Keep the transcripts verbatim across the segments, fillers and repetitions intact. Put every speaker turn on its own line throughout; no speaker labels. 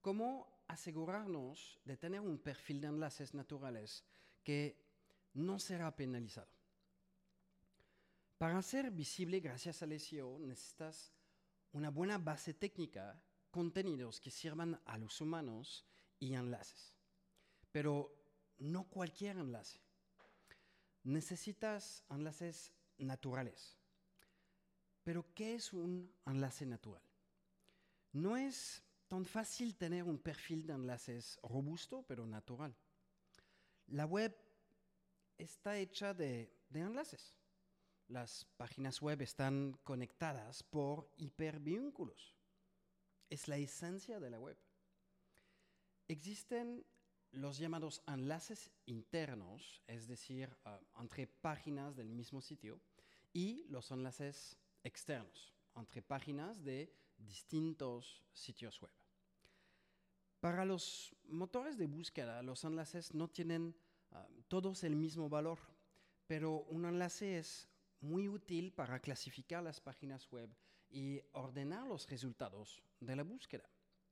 cómo asegurarnos de tener un perfil de enlaces naturales que no será penalizado. Para ser visible gracias al S E O necesitas una buena base técnica, contenidos que sirvan a los humanos y enlaces. Pero no cualquier enlace. Necesitas enlaces naturales. Pero ¿qué es un enlace natural? No es tan fácil tener un perfil de enlaces robusto, pero natural. La web está hecha de, de enlaces. Las páginas web están conectadas por hipervínculos. Es la esencia de la web. Existen los llamados enlaces internos, es decir, uh, entre páginas del mismo sitio, y los enlaces externos, entre páginas de distintos sitios web. Para los motores de búsqueda, los enlaces no tienen uh, todos el mismo valor, pero un enlace es muy útil para clasificar las páginas web y ordenar los resultados de la búsqueda.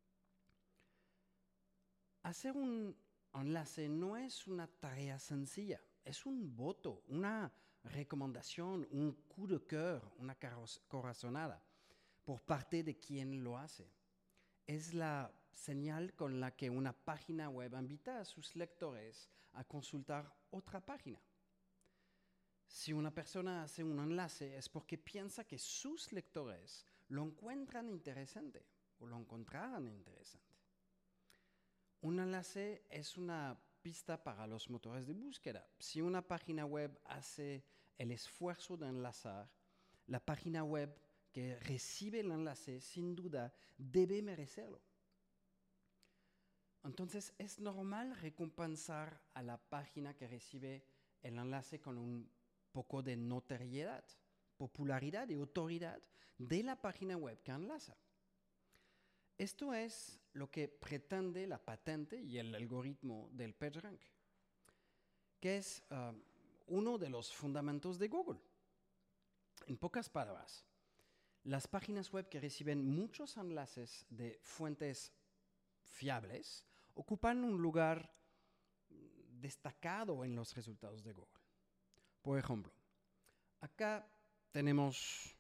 Hacer un enlace no es una tarea sencilla, es un voto, una recomendación, un coup de cœur, una corazonada por parte de quien lo hace. Es la señal con la que una página web invita a sus lectores a consultar otra página. Si una persona hace un enlace es porque piensa que sus lectores lo encuentran interesante o lo encontrarán interesante. Un enlace es una pista para los motores de búsqueda. Si una página web hace el esfuerzo de enlazar, la página web que recibe el enlace, sin duda, debe merecerlo. Entonces, es normal recompensar a la página que recibe el enlace con un poco de notoriedad, popularidad y autoridad de la página web que enlaza. Esto es lo que pretende la patente y el algoritmo del PageRank, que es uh, uno de los fundamentos de Google. En pocas palabras, las páginas web que reciben muchos enlaces de fuentes fiables ocupan un lugar destacado en los resultados de Google. Por ejemplo, acá tenemos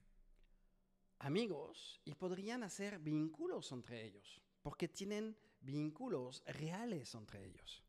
amigos y podrían hacer vínculos entre ellos, porque tienen vínculos reales entre ellos.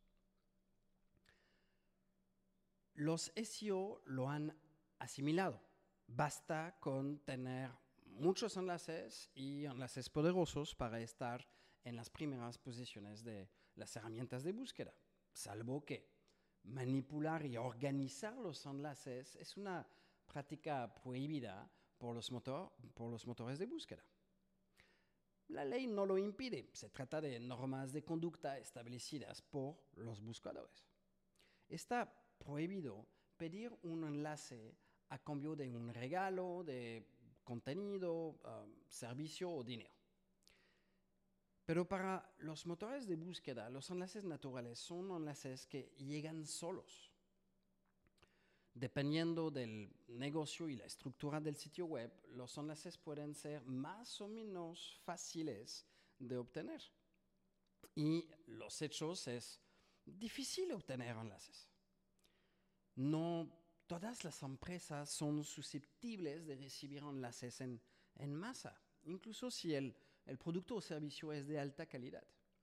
Los S E O lo han asimilado. Basta con tener muchos enlaces y enlaces poderosos para estar en las primeras posiciones de las herramientas de búsqueda, salvo que manipular y organizar los enlaces es una práctica prohibida por los, motor, por los motores de búsqueda. La ley no lo impide, se trata de normas de conducta establecidas por los buscadores. Está prohibido pedir un enlace a cambio de un regalo, de contenido, uh, servicio o dinero. Pero para los motores de búsqueda, los enlaces naturales son enlaces que llegan solos. Dependiendo del negocio y la estructura del sitio web, los enlaces pueden ser más o menos fáciles de obtener. Y los hechos es difícil obtener enlaces. No todas las empresas son susceptibles de recibir enlaces en, en masa, incluso si el, el producto o servicio es de alta calidad.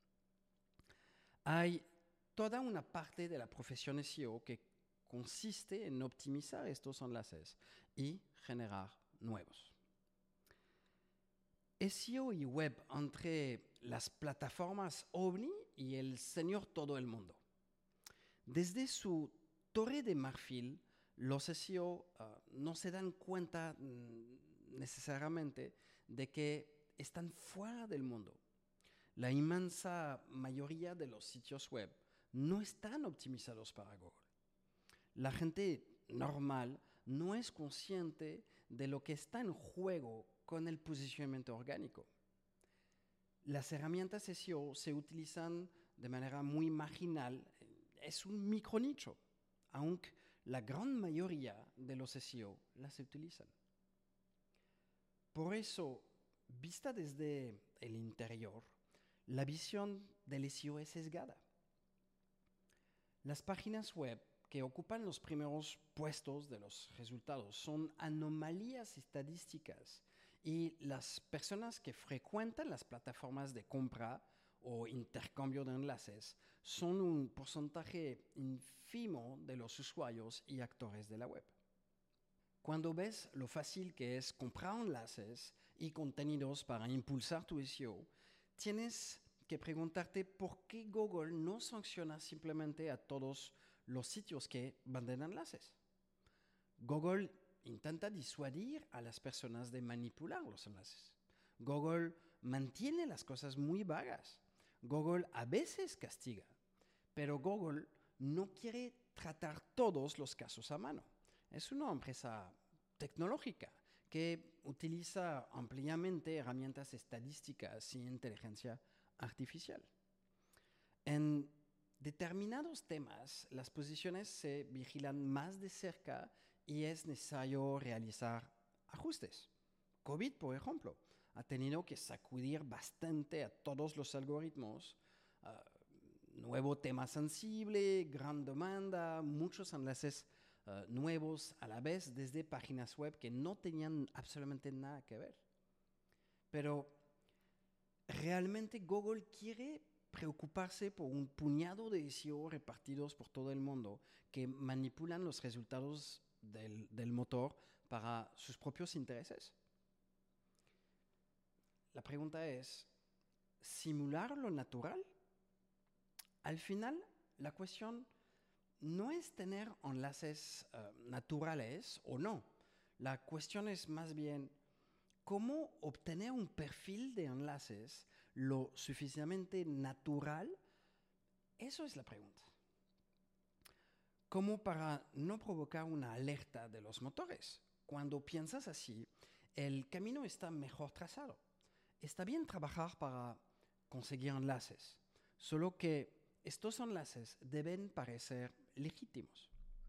Hay toda una parte de la profesión S E O que consiste en optimizar estos enlaces y generar nuevos. S E O y web entre las plataformas OVNI y el señor todo el mundo. Desde su torre de marfil, los S E O uh, no se dan cuenta mm, necesariamente de que están fuera del mundo. La inmensa mayoría de los sitios web no están optimizados para Google. La gente normal no es consciente de lo que está en juego con el posicionamiento orgánico. Las herramientas S E O se utilizan de manera muy marginal, es un micronicho, aunque la gran mayoría de los S E O las utilizan. Por eso, vista desde el interior, La visión del S E O es sesgada. Las páginas web que ocupan los primeros puestos de los resultados son anomalías estadísticas y las personas que frecuentan las plataformas de compra o intercambio de enlaces son un porcentaje ínfimo de los usuarios y actores de la web. Cuando ves lo fácil que es comprar enlaces y contenidos para impulsar tu S E O, tienes que preguntarte por qué Google no sanciona simplemente a todos los sitios que venden enlaces. Google intenta disuadir a las personas de manipular los enlaces. Google mantiene las cosas muy vagas. Google a veces castiga, pero Google no quiere tratar todos los casos a mano. Es una empresa tecnológica que utiliza ampliamente herramientas estadísticas y inteligencia artificial. En determinados temas, las posiciones se vigilan más de cerca y es necesario realizar ajustes. COVID, por ejemplo, ha tenido que sacudir bastante a todos los algoritmos. Uh, nuevo tema sensible, gran demanda, muchos enlaces uh, nuevos a la vez desde páginas web que no tenían absolutamente nada que ver. Pero realmente Google quiere preocuparse por un puñado de S E O repartidos por todo el mundo que manipulan los resultados del, del motor para sus propios intereses. La pregunta es, ¿simular lo natural? Al final, la cuestión no es tener enlaces uh, naturales o no. La cuestión es más bien cómo obtener un perfil de enlaces lo suficientemente natural. Eso es la pregunta. Como para no provocar una alerta de los motores. Cuando piensas así, el camino está mejor trazado. Está bien trabajar para conseguir enlaces, solo que estos enlaces deben parecer legítimos.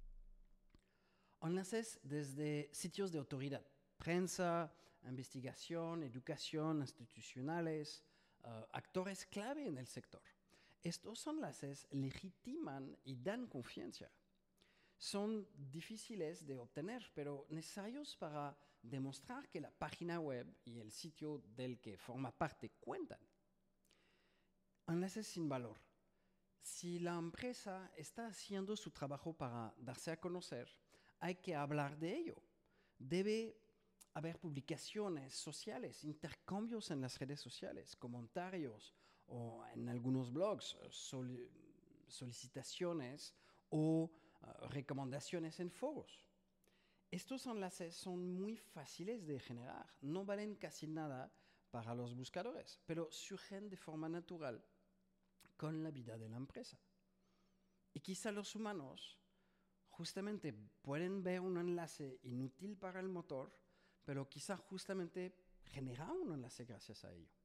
Enlaces desde sitios de autoridad, prensa, investigación, educación, institucionales, uh, actores clave en el sector. Estos enlaces legitiman y dan confianza. Son difíciles de obtener, pero necesarios para demostrar que la página web y el sitio del que forma parte cuentan. Enlaces sin valor. Si la empresa está haciendo su trabajo para darse a conocer, hay que hablar de ello. Debe haber publicaciones sociales, intercambios en las redes sociales, comentarios o en algunos blogs, sol- solicitaciones o uh, recomendaciones en foros. Estos enlaces son muy fáciles de generar, no valen casi nada para los buscadores, pero surgen de forma natural con la vida de la empresa. Y quizá los humanos justamente pueden ver un enlace inútil para el motor, pero quizá justamente generar un enlace gracias a ello.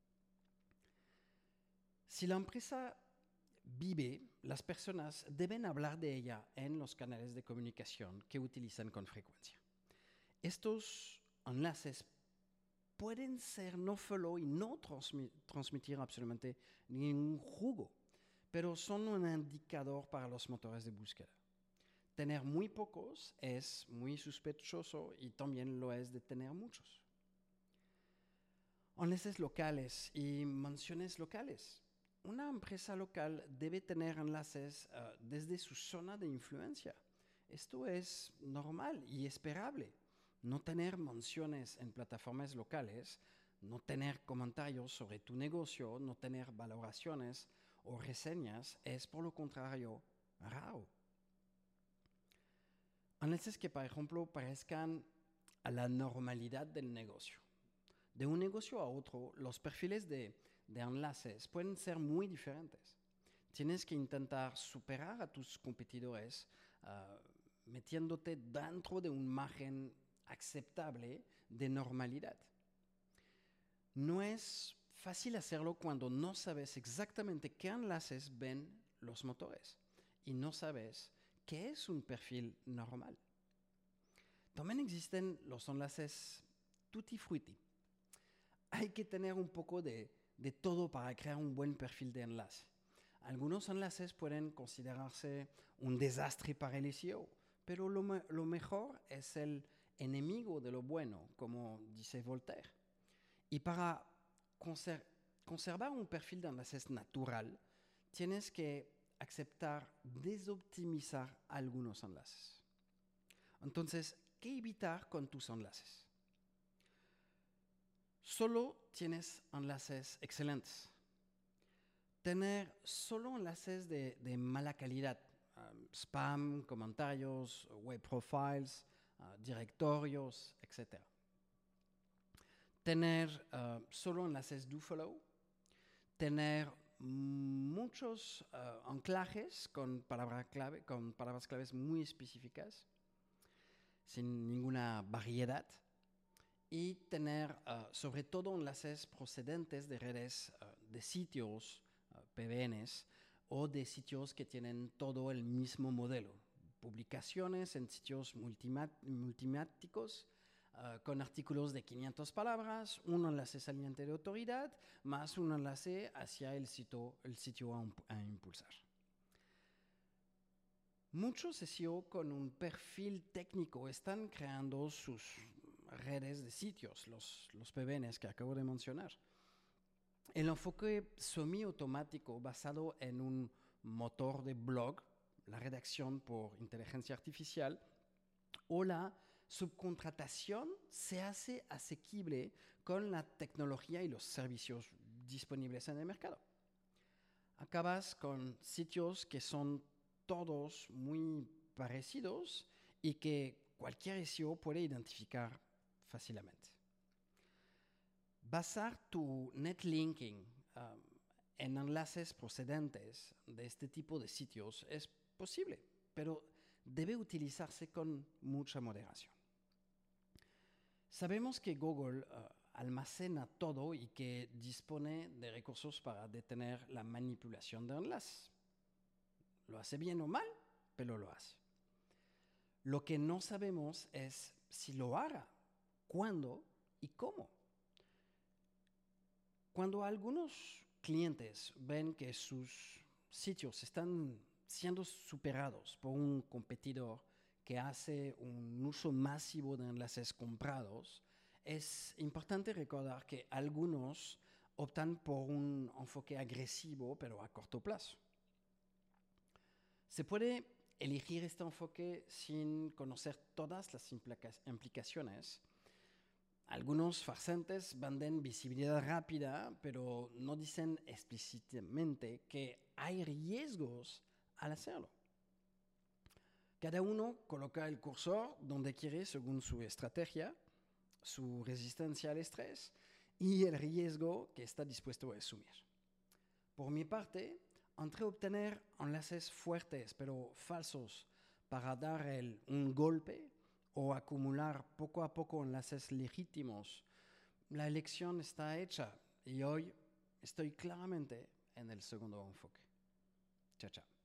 Si la empresa vive, las personas deben hablar de ella en los canales de comunicación que utilizan con frecuencia. Estos enlaces pueden ser no follow y no transmi- transmitir absolutamente ningún jugo, pero son un indicador para los motores de búsqueda. Tener muy pocos es muy sospechoso y también lo es de tener muchos. Enlaces locales y menciones locales. Una empresa local debe tener enlaces uh, desde su zona de influencia. Esto es normal y esperable. No tener menciones en plataformas locales, no tener comentarios sobre tu negocio, no tener valoraciones o reseñas es por lo contrario raro. Enlaces que, por ejemplo, parezcan a la normalidad del negocio. De un negocio a otro, los perfiles de, de enlaces pueden ser muy diferentes. Tienes que intentar superar a tus competidores uh, metiéndote dentro de un margen aceptable de normalidad. No es fácil hacerlo cuando no sabes exactamente qué enlaces ven los motores y no sabes qué es un perfil normal. También existen los enlaces tutti frutti. Hay que tener un poco de, de todo para crear un buen perfil de enlace. Algunos enlaces pueden considerarse un desastre para el S E O, pero lo, me lo mejor es el enemigo de lo bueno, como dice Voltaire. Y para conser conservar un perfil de enlaces natural, tienes que aceptar desoptimizar algunos enlaces. Entonces, ¿qué evitar con tus enlaces? Solo tienes enlaces excelentes. Tener solo enlaces de, de mala calidad, um, spam, comentarios, web profiles, uh, directorios, etcétera. Tener uh, solo enlaces do follow. Tener muchos uh, anclajes con, palabra clave, con palabras claves muy específicas, sin ninguna variedad. Y tener uh, sobre todo enlaces procedentes de redes uh, de sitios, uh, P B Ns, o de sitios que tienen todo el mismo modelo. Publicaciones en sitios multimáticos uh, con artículos de quinientas palabras, un enlace saliente de autoridad, más un enlace hacia el sitio, el sitio a, un, a impulsar. Muchos S E O con un perfil técnico están creando sus redes de sitios, los, los P B Ns que acabo de mencionar. El enfoque semiautomático basado en un motor de blog, la redacción por inteligencia artificial, o la subcontratación se hace asequible con la tecnología y los servicios disponibles en el mercado. Acabas con sitios que son todos muy parecidos y que cualquier S E O puede identificar fácilmente. Basar tu netlinking um, en enlaces procedentes de este tipo de sitios es posible, pero debe utilizarse con mucha moderación. Sabemos que Google uh, almacena todo y que dispone de recursos para detener la manipulación de enlaces. Lo hace bien o mal, pero lo hace. Lo que no sabemos es si lo hará, cuándo y cómo. Cuando algunos clientes ven que sus sitios están siendo superados por un competidor que hace un uso masivo de enlaces comprados, es importante recordar que algunos optan por un enfoque agresivo, pero a corto plazo. Se puede elegir este enfoque sin conocer todas las implicaciones. Algunos farsantes venden visibilidad rápida, pero no dicen explícitamente que hay riesgos al hacerlo. Cada uno coloca el cursor donde quiere según su estrategia, su resistencia al estrés y el riesgo que está dispuesto a asumir. Por mi parte, entre obtener enlaces fuertes pero falsos para dar el, un golpe o acumular poco a poco enlaces legítimos, la elección está hecha y hoy estoy claramente en el segundo enfoque. Chao, chao.